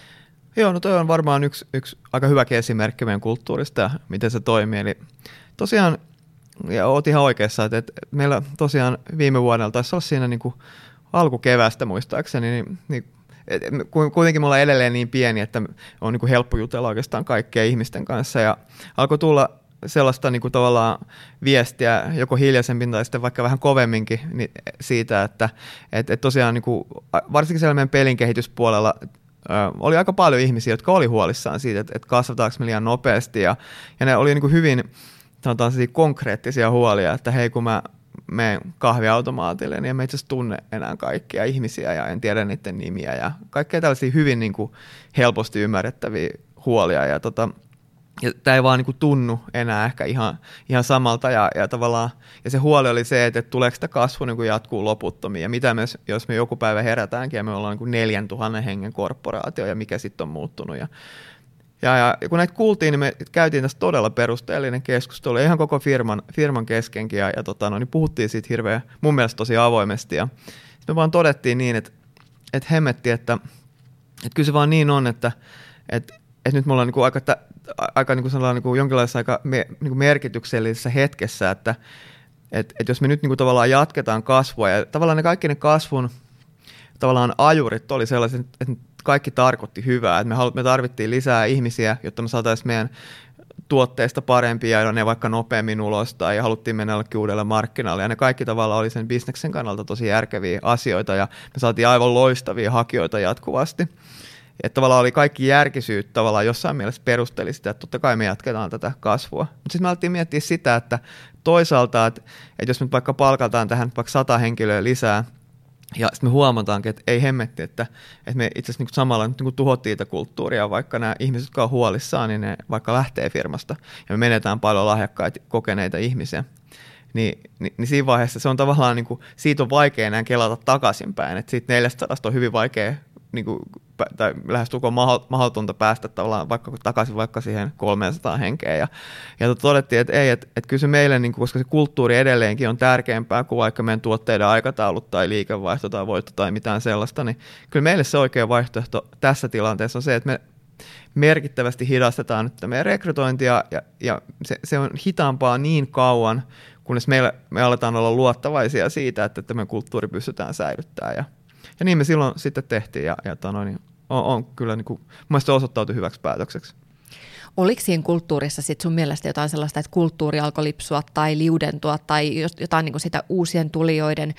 Joo, no toi on varmaan yksi, yksi aika hyväkin esimerkki meidän kulttuurista ja miten se toimii. Eli tosiaan, ja oot ihan oikeassa, että, että meillä tosiaan viime vuodella taisi olla siinä niin kuin alkukeväästä muistaakseni, niin, niin et, kuitenkin me ollaan edelleen niin pieni, että on niin kuin helppo jutella oikeastaan kaikkien ihmisten kanssa ja alkoi tulla sellaista niin kuin tavallaan viestiä, joko hiljaisemmin tai sitten vaikka vähän kovemminkin niin siitä, että et, et tosiaan niin kuin, varsinkin siellä meidän pelin kehityspuolella ö, oli aika paljon ihmisiä, jotka oli huolissaan siitä, että et kasvataanko me liian nopeasti ja, ja ne oli niin kuin hyvin sanotaan konkreettisia huolia, että hei kun mä menen kahviautomaatille, niin en mä itse asiassa tunne enää kaikkia ihmisiä ja en tiedä niiden nimiä ja kaikkea tällaisia hyvin niin kuin helposti ymmärrettäviä huolia ja tota, ja tämä ei vaan niin kuin tunnu enää ehkä ihan, ihan samalta ja, ja tavallaan, ja se huoli oli se, että, että tuleeko sitä kasvu niin kuin jatkuu loputtomiin ja mitä me, jos me joku päivä herätäänkin ja me ollaan niin kuin neljän tuhannen hengen korporaatio ja mikä sitten on muuttunut ja, ja, ja kun näitä kuultiin, niin me käytiin tästä todella perusteellinen keskustelu ihan koko firman, firman keskenkin ja, ja tota, no, niin puhuttiin siitä hirveän mun mielestä tosi avoimesti ja sitten me vaan todettiin niin, että, että hemmetti, että, että kyllä se vaan niin on, että, että, että nyt me ollaan niin kuin aika aika niin kuin niin kuin jonkinlaisessa aika me, niin kuin merkityksellisessä hetkessä, että et, et jos me nyt niin kuin tavallaan jatketaan kasvua ja tavallaan ne kaikki ne kasvun tavallaan ajurit oli sellaiset, että kaikki tarkoitti hyvää, että me, halut, me tarvittiin lisää ihmisiä, jotta me saataisiin meidän tuotteista parempia ja ne vaikka nopeammin ulos tai haluttiin mennä jollekin uudelle markkinalle ja ne kaikki tavallaan oli sen bisneksen kannalta tosi järkeviä asioita ja me saatiin aivan loistavia hakijoita jatkuvasti. Että tavallaan oli kaikki järkisyyt tavallaan jossain mielessä perusteli sitä, että totta kai me jatketaan tätä kasvua. Mutta sitten me alettiin miettiä sitä, että toisaalta, että, että jos me vaikka palkataan tähän vaikka sata henkilöä lisää, ja sitten me huomataankin, että ei hemmetti, että, että me itse asiassa niin samalla nyt niin tuhottiin tätä kulttuuria, vaikka nämä ihmiset, jotka on huolissaan, niin ne vaikka lähtee firmasta, ja me menetään paljon lahjakkaita, kokeneita ihmisiä. Niin, niin, niin siinä vaiheessa se on tavallaan, niin kuin, siitä on vaikea enää kelata takaisinpäin, että siitä neljästäsadasta on hyvin vaikea niin kuin, tai lähestulkoon mahdotonta päästä tavallaan vaikka takaisin vaikka siihen kolmesataa henkeä. Ja, ja todettiin, että ei, että, että kyllä se meille, niin kuin, koska se kulttuuri edelleenkin on tärkeämpää kuin vaikka meidän tuotteiden aikataulut tai liikevaihto tai voitto tai mitään sellaista, niin kyllä meille se oikea vaihtoehto tässä tilanteessa on se, että me merkittävästi hidastetaan nyt meidän rekrytointia ja, ja se, se on hitaampaa niin kauan, kunnes meille, me aletaan olla luottavaisia siitä, että tämä kulttuuri pystytään säilyttämään. Ja, ja niin me silloin sitten tehtiin ja, ja tano, niin on, on kyllä niin kuin, mun mielestä se osoittautui hyväksi päätökseksi. Oliko siinä kulttuurissa sit sun mielestä jotain sellaista, että kulttuuri alkoi lipsua tai liudentua tai jotain niin kuin sitä uusien tulijoiden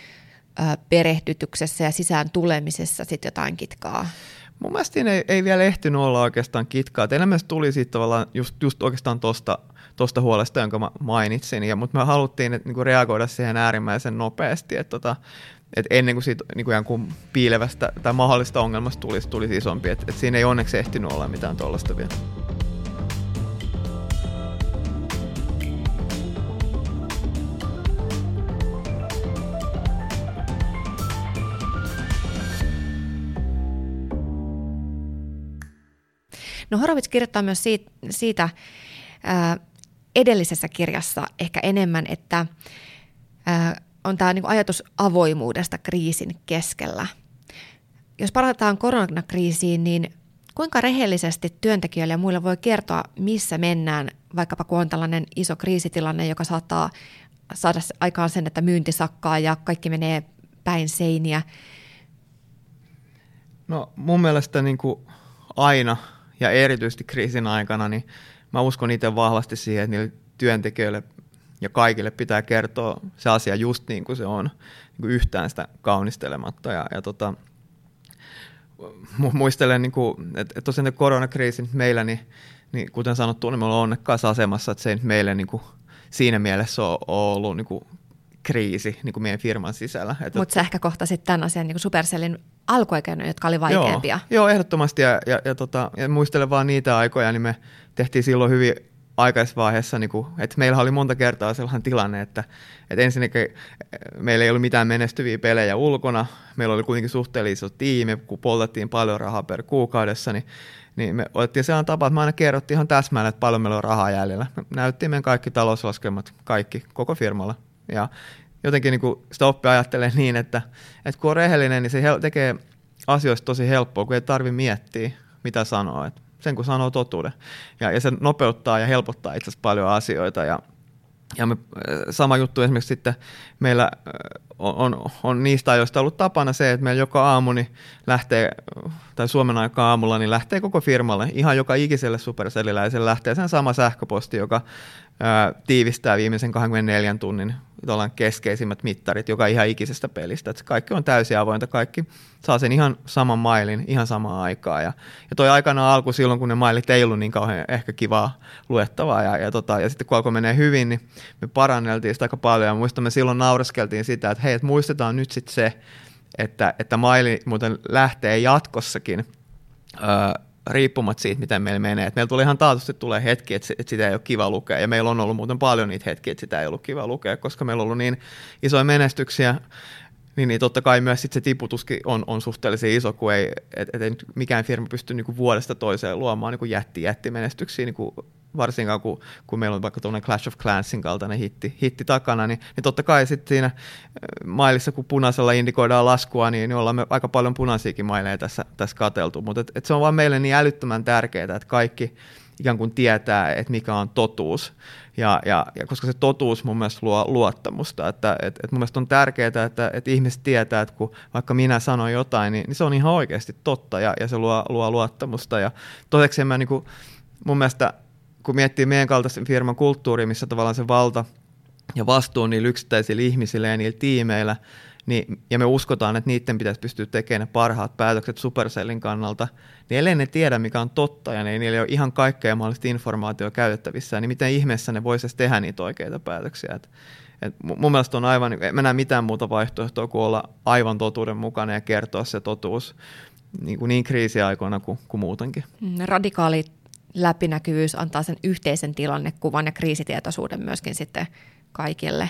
ö, perehdytyksessä ja sisään tulemisessa sit jotain kitkaa? Mun mielestä ei, ei vielä ehtinyt olla oikeastaan kitkaa. Enemmän se tuli siitä tavallaan just, just oikeastaan tosta, tosta huolesta, jonka mä mainitsin. Ja, mutta me haluttiin et, niinku reagoida siihen äärimmäisen nopeasti, että tota, et ennen kuin siitä niinku kuin piilevästä tai mahdollista ongelmasta tulisi, tulisi isompi. Et, et siinä ei onneksi ehtinyt olla mitään tuollaista vielä. No Horowitz kirjoittaa myös siitä, siitä ää, edellisessä kirjassa ehkä enemmän, että ää, on tämä niinku ajatus avoimuudesta kriisin keskellä. Jos palataan koronakriisiin, niin kuinka rehellisesti työntekijöille ja muille voi kertoa, missä mennään, vaikkapa kun on tällainen iso kriisitilanne, joka saattaa saada aikaan sen, että myynti sakkaa ja kaikki menee päin seiniä? No mun mielestä niin kuin aina ja erityisesti kriisin aikana, niin mä uskon itse vahvasti siihen, että niille työntekijöille ja kaikille pitää kertoa se asia just niin kuin se on, niin kuin yhtään sitä kaunistelematta. Ja, ja tota, muistelen, niin kuin, että tosiaan koronakriisi meillä, niin, niin kuten sanottu, niin me ollaan onnekkaassa asemassa, että se ei nyt meille niin kuin siinä mielessä ole ollut niin kuin kriisi niin kuin meidän firman sisällä. Mutta sä ehkä kohtasit tämän asian niin kuin Supercellin alkuaikoina, jotka oli vaikeampia. Joo, joo ehdottomasti. Ja, ja, ja, tota, ja muistelen vaan niitä aikoja, niin me tehtiin silloin hyvin aikaisvaiheessa, niin kuin, että meillä oli monta kertaa sellainen tilanne, että, että ensinnäkin meillä ei ollut mitään menestyviä pelejä ulkona. Meillä oli kuitenkin suhteellisen iso tiimi, kun poltettiin paljon rahaa per kuukaudessa, niin Niin me otettiin sellainen tapa, että me aina kerrottiin ihan täsmälleen, että paljon meillä on rahaa jäljellä. Me näyttiin meidän kaikki talouslaskelmat, kaikki, koko firmalla. Ja jotenkin niin kuin sitä oppia ajattelee niin, että, että kun on rehellinen, niin se tekee asioista tosi helppoa, kun ei tarvitse miettiä, mitä sanoo. Että sen kun sanoo totuuden. Ja, ja se nopeuttaa ja helpottaa itse asiassa paljon asioita. Ja, ja me, sama juttu esimerkiksi sitten meillä on, on, on niistä ajoista ollut tapana se, että meillä joka aamu niin lähtee, tai Suomen aikaa aamulla, niin lähtee koko firmalle, ihan joka ikiselle supercelliläiselle lähtee sen sama sähköposti, joka ää, tiivistää viimeisen kaksikymmentäneljän tunnin keskeisimmät mittarit joka ihan ikisestä pelistä. Että kaikki on täysin avointa, kaikki saa sen ihan saman mailin, ihan samaan aikaan. Ja, ja toi aikana alku silloin, kun ne mailit ei ollut niin kauhean ehkä kivaa luettavaa. Ja, ja, tota, ja sitten kun alkoi menee hyvin, niin me paranneltiin sitä aika paljon. Ja muistamme silloin naureskeltiin sitä, että hei, että muistetaan nyt sitten se, että, että maili muuten lähtee jatkossakin öö, riippumatta siitä, miten meillä menee. Et meillä tulee ihan taatusti tulee hetki, että, että sitä ei ole kiva lukea. Ja meillä on ollut muuten paljon niitä hetkiä, että sitä ei ollut kiva lukea, koska meillä on ollut niin isoja menestyksiä, niin, niin totta kai myös sit se tiputuskin on, on suhteellisen iso, kun ei, et, et ei mikään firma pysty niinku vuodesta toiseen luomaan niinku jätti, jättimenestyksiä, niinku varsinkaan kun, kun meillä on vaikka tuollainen Clash of Clansin kaltainen hitti, hitti takana, niin, niin totta kai sitten siinä mailissa, kun punaisella indikoidaan laskua, niin, niin ollaan me aika paljon punaisiakin maileja tässä, tässä katseltu, mutta et, et se on vaan meille niin älyttömän tärkeää, että kaikki ikään kuin tietää, että mikä on totuus, ja, ja, ja koska se totuus mun mielestä luo luottamusta, että et, et mun mielestä on tärkeää, että et ihmiset tietää, että kun vaikka minä sanon jotain, niin, niin se on ihan oikeasti totta, ja, ja se luo, luo luottamusta, ja toiseksi mä niin kuin, mun mielestä kun miettii meidän kaltaisen firman kulttuuria, missä tavallaan se valta ja vastuu on niillä yksittäisillä ihmisillä ja niillä tiimeillä, niin, ja me uskotaan, että niiden pitäisi pystyä tekemään ne parhaat päätökset Supercellin kannalta, niin ellei ne tiedä, mikä on totta, ja ne, niillä ei ole ihan kaikkea mahdollista informaatiota käytettävissä, niin miten ihmeessä ne voisi tehdä niitä oikeita päätöksiä. Et, et mun mielestä on aivan, en mä näe mitään muuta vaihtoehtoa kuin olla aivan totuuden mukana ja kertoa se totuus niin, kuin niin kriisiaikoina kuin, kuin muutenkin. Radikaali läpinäkyvyys antaa sen yhteisen tilannekuvan ja kriisitietoisuuden myöskin sitten kaikille.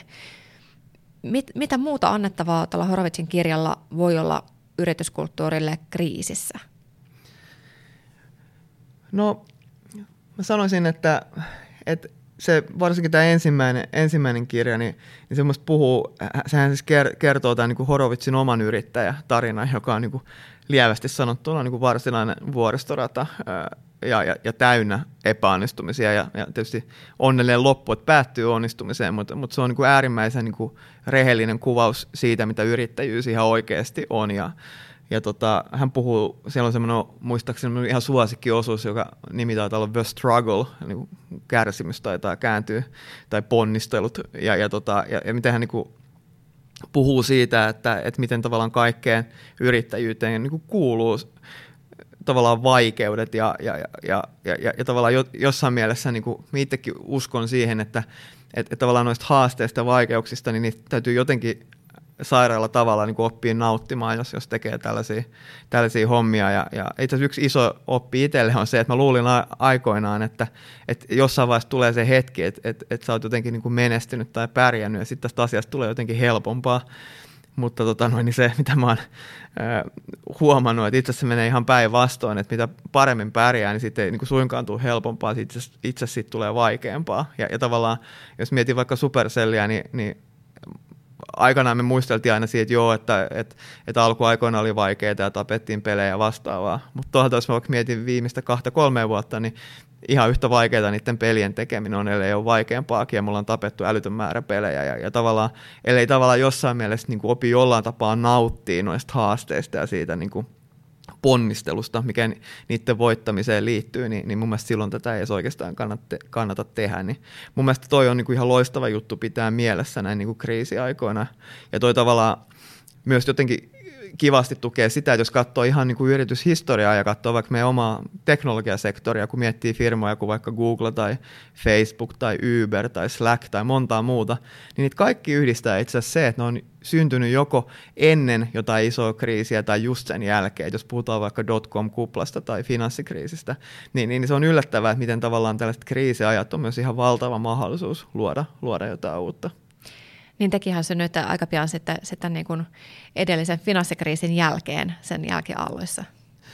Mit, mitä muuta annettavaa tuolla Horovitsin kirjalla voi olla yrityskulttuurille kriisissä? No, mä sanoisin, että, että se, varsinkin tämä ensimmäinen, ensimmäinen kirja, niin, niin semmoista puhuu, sehän siis kertoo tämän niin kuin Horovitsin oman yrittäjätarinan, joka on niin kuin lievästi sanottuna niin kuin varsinainen vuoristorata ja, ja, ja täynnä epäonnistumisia ja, ja tietysti onnellinen loppu, että päättyy onnistumiseen, mutta, mutta se on niin kuin äärimmäisen niin kuin rehellinen kuvaus siitä, mitä yrittäjyys ihan oikeasti on. Ja, ja tota, hän puhuu, siellä on semmoinen muistaakseni ihan suosikkiosuus, joka nimi taitaa olla The Struggle, niin kuin kärsimys taitaa kääntyä, tai ponnistelut, ja, ja, tota, ja, ja miten hän niin kuin puhuu siitä, että, että miten tavallaan kaikkeen yrittäjyyteen niin kuin kuuluu tavallaan vaikeudet ja, ja, ja, ja, ja, ja tavallaan jo, jossain mielessä niin kuin itsekin uskon siihen, että, että, että tavallaan noista haasteista ja vaikeuksista niin niitä täytyy jotenkin sairaalla tavalla niin kuin oppia nauttimaan, jos, jos tekee tällaisia, tällaisia hommia. Ja, ja itse asiassa yksi iso oppi itselle on se, että mä luulin a- aikoinaan, että, että jossain vaiheessa tulee se hetki, että, että, että sä oot jotenkin niin kuin menestynyt tai pärjännyt ja sitten tästä asiasta tulee jotenkin helpompaa. Mutta tota noin, niin se, mitä mä oon äh, huomannut, että itse asiassa se menee ihan päinvastoin, että mitä paremmin pärjää, niin sitten ei niin kuin suinkaan tule helpompaa, itse asiassa siitä tulee vaikeampaa. Ja, ja tavallaan, jos mietin vaikka Supercellia, niin, niin aikanaan me muisteltiin aina siitä, että joo, että, että, että alkuaikoina oli vaikeaa ja tapettiin pelejä ja vastaavaa. Mutta toisaalta, jos mä vaikka mietin viimeistä kahta kolmea vuotta, niin ihan yhtä vaikeaa niiden pelien tekeminen on, ellei ole vaikeampaakin, ja mulla on tapettu älytön määrä pelejä. Ja, ja tavallaan, ellei tavallaan jossain mielessä niin kuin opi jollain tapaa nauttia noista haasteista ja siitä niin kuin ponnistelusta, mikä niiden voittamiseen liittyy, niin, niin mun mielestä silloin tätä ei edes oikeastaan kannata, kannata tehdä. Niin mun mielestä toi on niin kuin ihan loistava juttu pitää mielessä näin niin kuin kriisiaikoina. Ja toi tavallaan myös jotenkin kivasti tukee sitä, että jos katsoo ihan niin kuin yrityshistoriaa ja katsoo vaikka meidän omaa teknologiasektoria, kun miettii firmoja kuin vaikka Google tai Facebook tai Uber tai Slack tai montaa muuta, niin niitä kaikki yhdistää itse asiassa se, että ne on syntynyt joko ennen jotain isoa kriisiä tai just sen jälkeen. Jos puhutaan vaikka dotcom-kuplasta tai finanssikriisistä, niin, niin se on yllättävää, että miten tavallaan tällaiset kriisiajat on myös ihan valtava mahdollisuus luoda, luoda jotain uutta. Niin tekihän se nyt aika pian sitten, sitten niin kuin edellisen finanssikriisin jälkeen, sen jälkiaalloissa.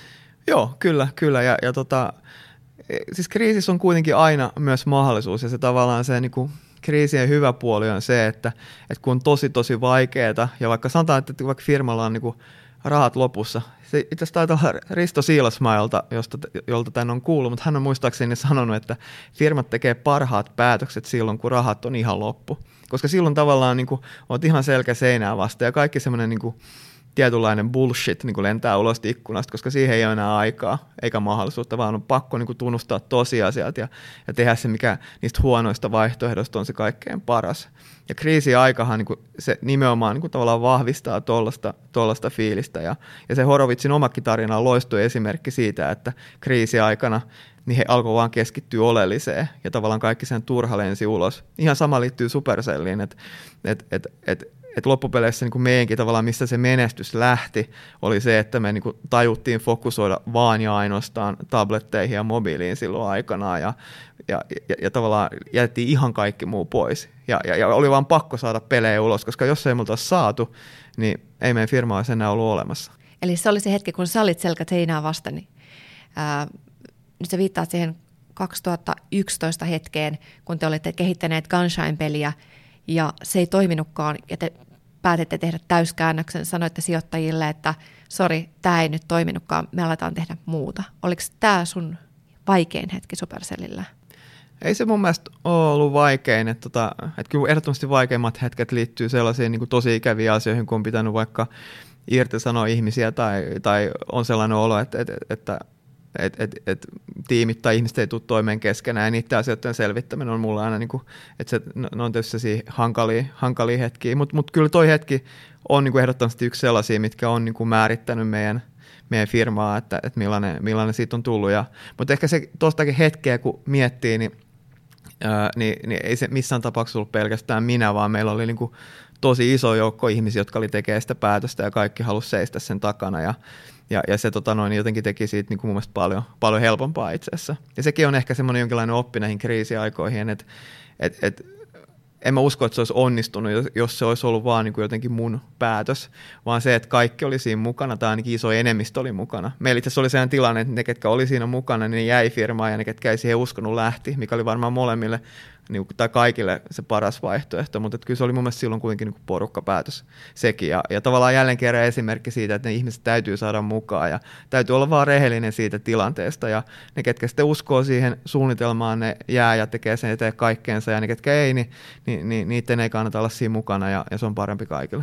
Joo, kyllä, kyllä. Ja, ja tota, siis kriisissä on kuitenkin aina myös mahdollisuus, ja se tavallaan se niin kuin kriisien hyvä puoli on se, että, että kun on tosi tosi vaikeaa, ja vaikka sanotaan, että vaikka firmalla on niin kuin rahat lopussa, se itse asiassa taitaa olla Risto Siilasmailta, josta, jolta tämän on kuullut, mutta hän on muistaakseni sanonut, että firmat tekee parhaat päätökset silloin, kun rahat on ihan loppu. Koska silloin tavallaan niin kuin, olet ihan selkä seinää vasta ja kaikki semmoinen niin kuin, tietynlainen bullshit niin kuin lentää ulos ikkunasta, koska siihen ei ole enää aikaa eikä mahdollisuutta, vaan on pakko niin kuin, tunnustaa tosiasiat ja, ja tehdä se, mikä niistä huonoista vaihtoehdoista on se kaikkein paras. Ja kriisiaikahan niin kuin, se nimenomaan niin kuin, tavallaan vahvistaa tuollaista fiilistä. Ja, ja se Horovitsin omakin tarina on loistui esimerkki siitä, että kriisiaikana niin he alkoi vaan keskittyä oleelliseen ja tavallaan kaikki sen turha lensi ulos. Ihan sama liittyy Supercelliin, että et, et, et, et loppupeleissä niin kuin meidänkin tavallaan, mistä se menestys lähti, oli se, että me niin kuin tajuttiin fokusoida vaan ja ainoastaan tabletteihin ja mobiiliin silloin aikanaan ja, ja, ja, ja tavallaan jätettiin ihan kaikki muu pois. Ja, ja, ja oli vaan pakko saada pelejä ulos, koska jos ei multa olisi saatu, niin ei meidän firma olisi enää ollut olemassa. Eli se oli se hetki, kun sä olit selkä seinää vasta, niin ää, nyt sä viittaat siihen kaksituhattayksitoista hetkeen, kun te olette kehittäneet Gunshine-peliä ja se ei toiminutkaan ja te päätitte tehdä täyskäännöksen, sanoitte sijoittajille, että sori, tämä ei nyt toiminutkaan, me aletaan tehdä muuta. Oliko tämä sun vaikein hetki Supercellillä? Ei se mun mielestä ole ollut vaikein, että, tota, että kyllä ehdottomasti vaikeimmat hetket liittyy sellaisiin niin kuin tosi ikäviin asioihin, kun on pitänyt vaikka irtisanoa ihmisiä tai, tai on sellainen olo, että, että, että että et, et, tiimit tai ihmiset ei tule toimeen keskenään ja niiden asioiden selvittäminen on mulla aina, niin kuin, että se, ne on tietysti hankalia, hankalia hetkiä, mutta mut kyllä toi hetki on niin kuin ehdottomasti yksi sellaisia, mitkä on niin kuin määrittänyt meidän, meidän firmaa, että, että millainen, millainen siitä on tullut. Ja, mutta ehkä se tuostakin hetkeä, kun miettii, niin, ää, niin, niin ei se missään tapauksessa ollut pelkästään minä, vaan meillä oli niin kuin tosi iso joukko ihmisiä, jotka oli tekemään sitä päätöstä ja kaikki halusi seistä sen takana ja Ja, ja se tota noin, jotenkin teki siitä niin kuin mun mielestä paljon, paljon helpompaa itse asiassa. Ja sekin on ehkä semmoinen jonkinlainen oppi näihin kriisiaikoihin, että et, et, en mä usko, että se olisi onnistunut, jos se olisi ollut vaan niin kuin jotenkin mun päätös, vaan se, että kaikki oli siinä mukana, tai ainakin iso enemmistö oli mukana. Meillä itse asiassa oli sellainen tilanne, että ne, ketkä oli siinä mukana, niin ne jäi firmaan, ja ne, ketkä ei siihen uskonut, lähti, mikä oli varmaan molemmille niin, tai kaikille se paras vaihtoehto, mutta kyllä se oli mun mielestä silloin kuitenkin niin porukkapäätös sekin. Ja, ja tavallaan jälleen kerran esimerkki siitä, että ne ihmiset täytyy saada mukaan ja täytyy olla vaan rehellinen siitä tilanteesta. Ja ne, ketkä sitten uskoo siihen suunnitelmaan, ne jää ja tekee sen eteen kaikkeensa. Ja ne, ketkä ei, niin, niin, niin niiden ei kannata olla siinä mukana ja, ja se on parempi kaikille.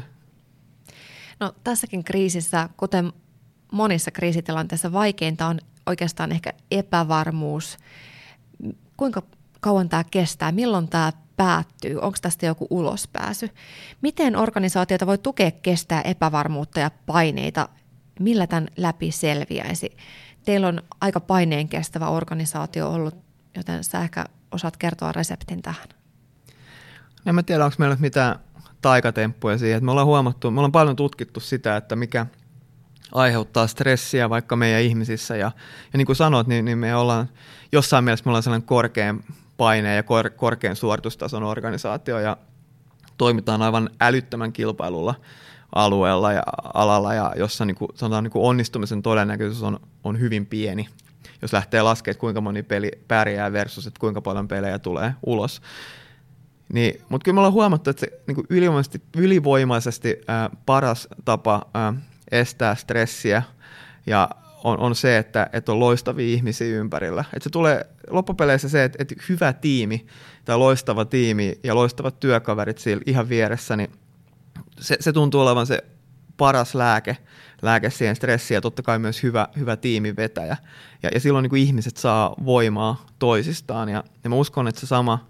No tässäkin kriisissä, kuten monissa kriisitilanteissa, vaikeinta on oikeastaan ehkä epävarmuus. Kuinka kauan tämä kestää? Milloin tämä päättyy? Onko tästä joku ulospääsy? Miten organisaatiota voi tukea kestää epävarmuutta ja paineita? Millä tämän läpi selviäisi? Teillä on aika paineen kestävä organisaatio ollut, joten sä ehkä osaat kertoa reseptin tähän. En mä tiedä, onko meillä mitään taikatemppuja siihen. Me ollaan huomattu, me ollaan paljon tutkittu sitä, että mikä aiheuttaa stressiä vaikka meidän ihmisissä. Ja, ja niin kuin sanoit, niin, niin me ollaan jossain mielessä me ollaan sellainen korkean paineen ja kor, korkean suoritustason organisaatio ja toimitaan aivan älyttömän kilpailulla alueella ja alalla, ja jossa niin kuin, sanotaan, niin kuin onnistumisen todennäköisyys on, on hyvin pieni, jos lähtee laskemaan, kuinka moni peli pärjää versus, että kuinka paljon pelejä tulee ulos. Niin, mutta kyllä me ollaan huomattu, että se niin kuin ylivoimaisesti, ylivoimaisesti ää, paras tapa ää, estää stressiä ja on, on se, että, että on loistavia ihmisiä ympärillä. Että se tulee loppupeleissä se, että, että hyvä tiimi tai loistava tiimi ja loistavat työkaverit siellä ihan vieressä, niin se, se tuntuu olevan se paras lääke, lääke siihen stressiin ja totta kai myös hyvä, hyvä tiimivetäjä. Ja, ja silloin niin kuin ihmiset saa voimaa toisistaan ja, ja mä uskon, että se sama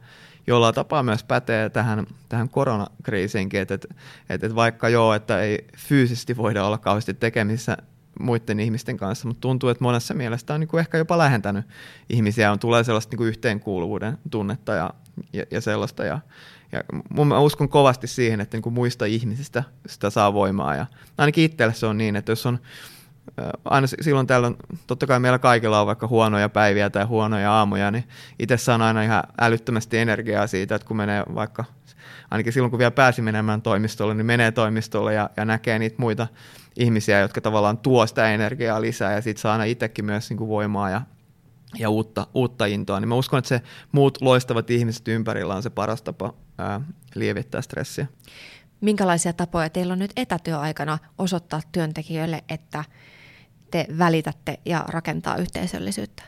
jollain tapaa myös pätee tähän, tähän koronakriisiinkin, että et, et, et vaikka joo, että ei fyysisesti voida olla kauheasti tekemisissä muiden ihmisten kanssa, mutta tuntuu, että monessa mielestä on niin kuin ehkä jopa lähentänyt ihmisiä, on tulee sellaista niin kuin yhteenkuuluvuuden tunnetta ja, ja, ja sellaista. Ja, ja mun, mä uskon kovasti siihen, että niin kuin muista ihmisistä sitä saa voimaa. Ja ainakin itselle se on niin, että jos on aina silloin tällöin, totta kai meillä kaikilla on vaikka huonoja päiviä tai huonoja aamuja, niin itse saan aina ihan älyttömästi energiaa siitä, että kun menee vaikka, ainakin silloin kun vielä pääsi menemään toimistolle, niin menee toimistolle ja, ja näkee niitä muita ihmisiä, jotka tavallaan tuo sitä energiaa lisää ja siitä saa aina itsekin myös niin kuin voimaa ja, ja uutta, uutta intoa. Niin mä uskon, että se muut loistavat ihmiset ympärillä on se paras tapa ää, lievittää stressiä. Minkälaisia tapoja teillä on nyt etätyöaikana osoittaa työntekijöille, että te välitätte ja rakentaa yhteisöllisyyttä?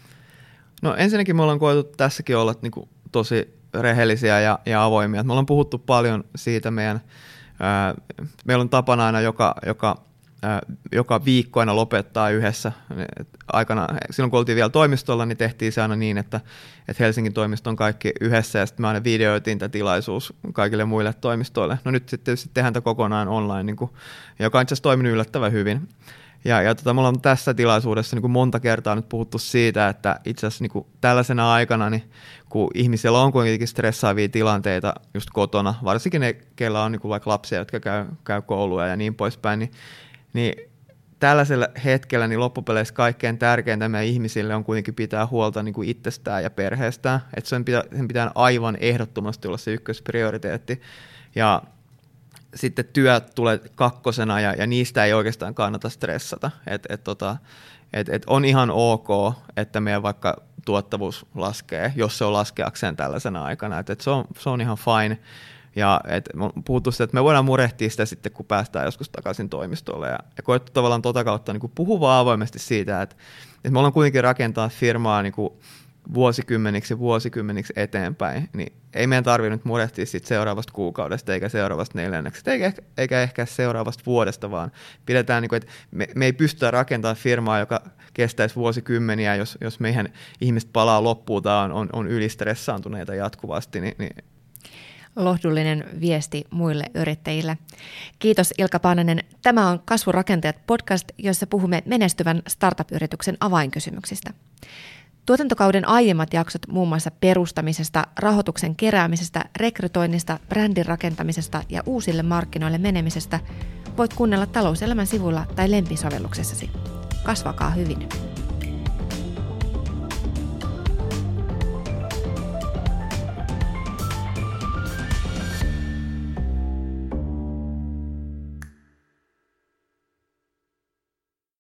No ensinnäkin me ollaan koettu tässäkin olla niin kuin tosi rehellisiä ja, ja avoimia. Me ollaan puhuttu paljon siitä meidän, ää, meillä on tapana aina joka, joka, ää, joka viikko aina lopettaa yhdessä. Aikana, silloin kun oltiin vielä toimistolla, niin tehtiin se aina niin, että, että Helsingin toimisto on kaikki yhdessä ja sitten me aina videoitiin tämä tilaisuus kaikille muille toimistoille. No nyt sitten tehdään tämä kokonaan online, niin kuin, joka on itse asiassa toiminut yllättävän hyvin. Ja, ja tota, me ollaan tässä tilaisuudessa niin kuin monta kertaa nyt puhuttu siitä, että itse asiassa niin kuin tällaisena aikana, niin kun ihmisillä on kuitenkin stressaavia tilanteita just kotona, varsinkin ne, keillä on niin kuin vaikka lapsia, jotka käy, käy koulua ja niin poispäin, niin, niin tällaisella hetkellä niin loppupeleissä kaikkein tärkeintä meidän ihmisille on kuitenkin pitää huolta niin kuin itsestään ja perheestään, että sen pitää, sen pitää aivan ehdottomasti olla se ykkösprioriteetti. Ja sitten työt tulee kakkosena ja, ja niistä ei oikeastaan kannata stressata. Et, et, tota, et, et on ihan ok, että meidän vaikka tuottavuus laskee, jos se on laskeakseen tällaisena aikana. Et, et se, on, se on ihan fine. Ja et, on puhuttu sitä, että me voidaan murehtia sitä sitten, kun päästään joskus takaisin toimistolle. Ja, ja koettu tavallaan tota kautta niin kuin puhua avoimesti siitä, että, että me ollaan kuitenkin rakentaa firmaa niin kuin vuosikymmeniksi vuosikymmeniksi eteenpäin, niin ei meidän tarvitse nyt murehtia siitä seuraavasta kuukaudesta eikä seuraavasta neljänneksestä eikä, eikä ehkä seuraavasta vuodesta, vaan pidetään, niin kuin, että me, me ei pystytä rakentamaan firmaa, joka kestäisi vuosikymmeniä, jos, jos meidän ihmiset palaa loppuun tai on, on, on ylistressaantuneita jatkuvasti. Niin, niin. Lohdullinen viesti muille yrittäjille. Kiitos Ilkka Paananen. Tämä on Kasvurakentajat podcast, jossa puhumme menestyvän startup-yrityksen avainkysymyksistä. Tuotantokauden aiemmat jaksot muun muassa perustamisesta, rahoituksen keräämisestä, rekrytoinnista, brändin rakentamisesta ja uusille markkinoille menemisestä voit kuunnella Talouselämän sivuilla tai lempisovelluksessasi. Kasvakaa hyvin!